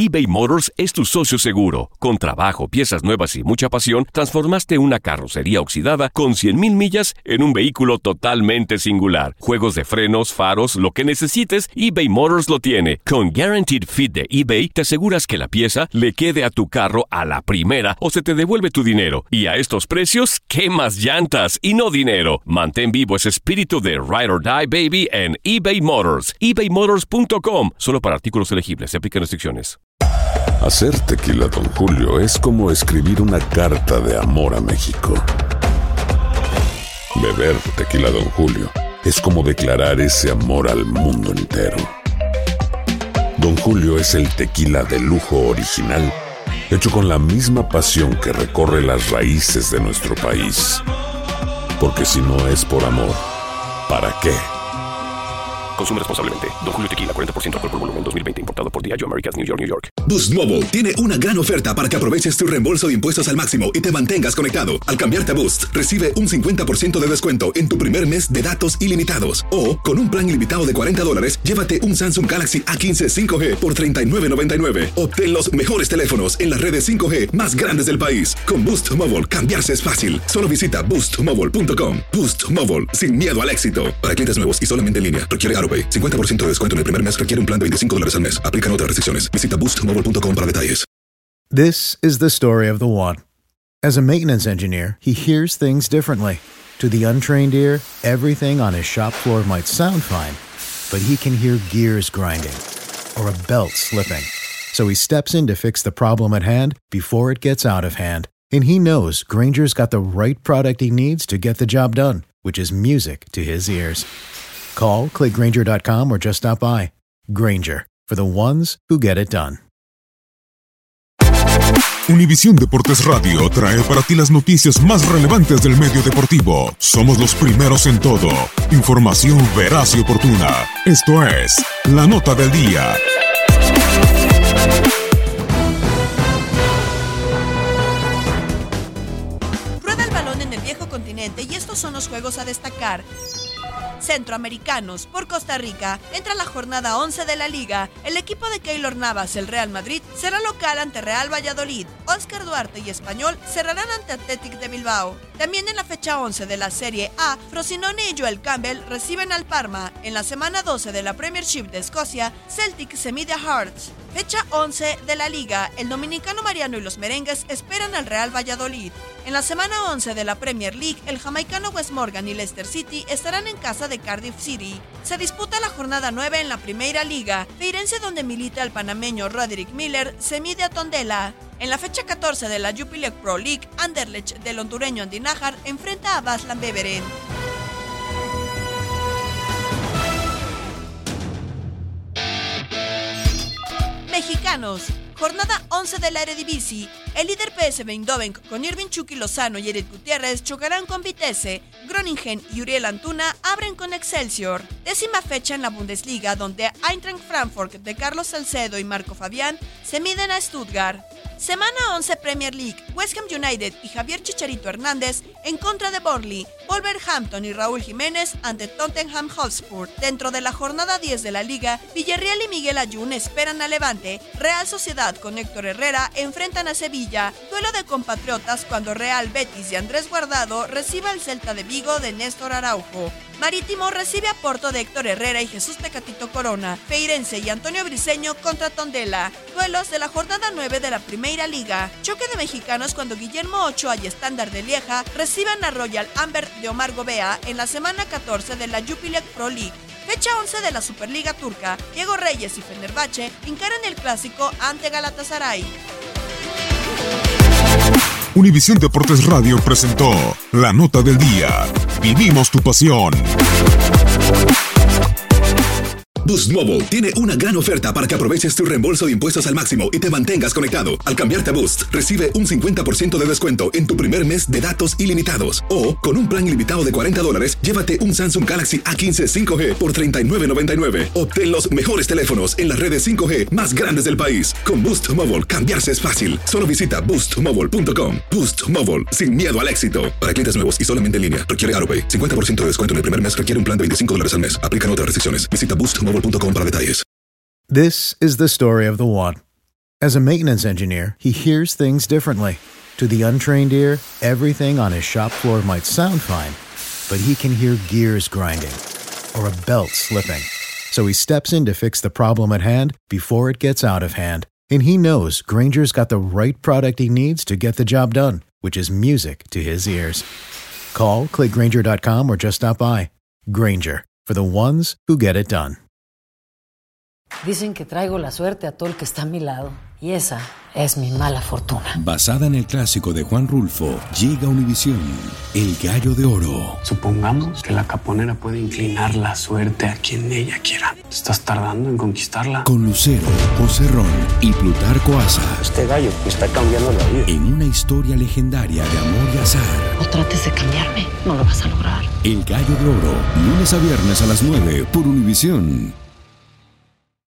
eBay Motors es tu socio seguro. Con trabajo, piezas nuevas y mucha pasión, transformaste una carrocería oxidada con 100,000 millas en un vehículo totalmente singular. Juegos de frenos, faros, lo que necesites, eBay Motors lo tiene. Con Guaranteed Fit de eBay, te aseguras que la pieza le quede a tu carro a la primera o se te devuelve tu dinero. Y a estos precios, ¿qué más llantas y no dinero? Mantén vivo ese espíritu de Ride or Die, baby, en eBay Motors. ebaymotors.com. Solo para artículos elegibles. Se aplican restricciones. Hacer tequila Don Julio es como escribir una carta de amor a México. Beber tequila Don Julio es como declarar ese amor al mundo entero. Don Julio es el tequila de lujo original, hecho con la misma pasión que recorre las raíces de nuestro país. Porque si no es por amor, ¿para qué? Consume responsablemente. Don Julio Tequila, 40% alcohol por volumen, 2020. Importado por Diageo Americas, New York, New York. Boost Mobile tiene una gran oferta para que aproveches tu reembolso de impuestos al máximo y te mantengas conectado. Al cambiarte a Boost, recibe un 50% de descuento en tu primer mes de datos ilimitados. O, con un plan ilimitado de $40, llévate un Samsung Galaxy A15 5G por $39.99. Obtén los mejores teléfonos en las redes 5G más grandes del país. Con Boost Mobile, cambiarse es fácil. Solo visita boostmobile.com. Boost Mobile, sin miedo al éxito. Para clientes nuevos y solamente en línea, requiere AroPay. 50% de descuento en el primer mes requiere un plan de $25 al mes. Aplican otras restricciones. Visita boostmobile.com para detalles. This is the story of the one. As a maintenance engineer, he hears things differently. To the untrained ear, everything on his shop floor might sound fine, but he can hear gears grinding or a belt slipping. So he steps in to fix the problem at hand before it gets out of hand. And he knows Grainger's got the right product he needs to get the job done, which is music to his ears. Call, click Grainger.com or just stop by. Grainger, for the ones who get it done. Univisión Deportes Radio trae para ti las noticias más relevantes del medio deportivo. Somos los primeros en todo. Información veraz y oportuna. Esto es La Nota del Día. Rueda el balón en el viejo continente y estos son los juegos a destacar. Centroamericanos. Por Costa Rica, entra la jornada 11 de la Liga. El equipo de Keylor Navas, el Real Madrid, será local ante Real Valladolid. Óscar Duarte y Español cerrarán ante Athletic de Bilbao. También en la fecha 11 de la Serie A, Frosinone y Joel Campbell reciben al Parma. En la semana 12 de la Premiership de Escocia, Celtic se mide a Hearts. Fecha 11 de la Liga, el dominicano Mariano y los merengues esperan al Real Valladolid. En la semana 11 de la Premier League, el jamaicano Wes Morgan y Leicester City estarán en casa de Cardiff City. Se disputa la jornada 9 en la Primera Liga. Feirense, donde milita el panameño Roderick Miller, se mide a Tondela. En la fecha 14 de la Jupiler Pro League, Anderlecht del hondureño Andy Najar enfrenta a Waasland Beveren. Mexicanos. Jornada 11 de la Eredivisie. El líder PSV Eindhoven con Irving Chucky Lozano y Eric Gutiérrez chocarán con Vitesse. Groningen y Uriel Antuna abren con Excelsior. 10ª fecha en la Bundesliga, donde Eintracht Frankfurt de Carlos Salcedo y Marco Fabián se miden a Stuttgart. Semana 11 Premier League. West Ham United y Javier Chicharito Hernández en contra de Burnley. Wolverhampton y Raúl Jiménez ante Tottenham Hotspur. Dentro de la jornada 10 de la Liga, Villarreal y Miguel Ayun esperan a Levante. Real Sociedad con Héctor Herrera enfrentan a Sevilla. Duelo de compatriotas cuando Real Betis y Andrés Guardado reciba el Celta de Vigo de Néstor Araujo. Marítimo recibe a Porto de Héctor Herrera y Jesús Tecatito Corona. Feirense y Antonio Briseño contra Tondela. Duelos de la jornada 9 de la Primera Liga. Choque de mexicanos cuando Guillermo Ochoa y Estándar de Lieja reciban a Royal Amber de Omar Gobea en la semana 14 de la Jupiler Pro League. Fecha 11 de la Superliga Turca. Diego Reyes y Fenerbahce encaran el clásico ante Galatasaray. Univisión Deportes Radio presentó La Nota del Día. Vivimos tu pasión. Boost Mobile tiene una gran oferta para que aproveches tu reembolso de impuestos al máximo y te mantengas conectado. Al cambiarte a Boost, recibe un 50% de descuento en tu primer mes de datos ilimitados. O, con un plan ilimitado de $40, llévate un Samsung Galaxy A15 5G por $39.99. Obtén los mejores teléfonos en las redes 5G más grandes del país. Con Boost Mobile, cambiarse es fácil. Solo visita boostmobile.com. Boost Mobile, sin miedo al éxito. Para clientes nuevos y solamente en línea, requiere AroPay. 50% de descuento en el primer mes requiere un plan de $25 al mes. Aplican otras restricciones. Visita boostmobile.com para detalles. This is the story of the one. As a maintenance engineer, he hears things differently. To the untrained ear, everything on his shop floor might sound fine, but he can hear gears grinding or a belt slipping. So he steps in to fix the problem at hand before it gets out of hand. And he knows Grainger's got the right product he needs to get the job done, which is music to his ears. Call, click Grainger.com, or just stop by. Grainger, for the ones who get it done. Dicen que traigo la suerte a todo el que está a mi lado. Y esa es mi mala fortuna. Basada en el clásico de Juan Rulfo, llega Univisión, El Gallo de Oro. Supongamos que la caponera puede inclinar la suerte a quien ella quiera. ¿Estás tardando en conquistarla? Con Lucero, José Ron y Plutarco Asa. Este gallo me está cambiando la vida. En una historia legendaria de amor y azar. No trates de cambiarme, no lo vas a lograr. El Gallo de Oro, lunes a viernes a las 9 por Univisión.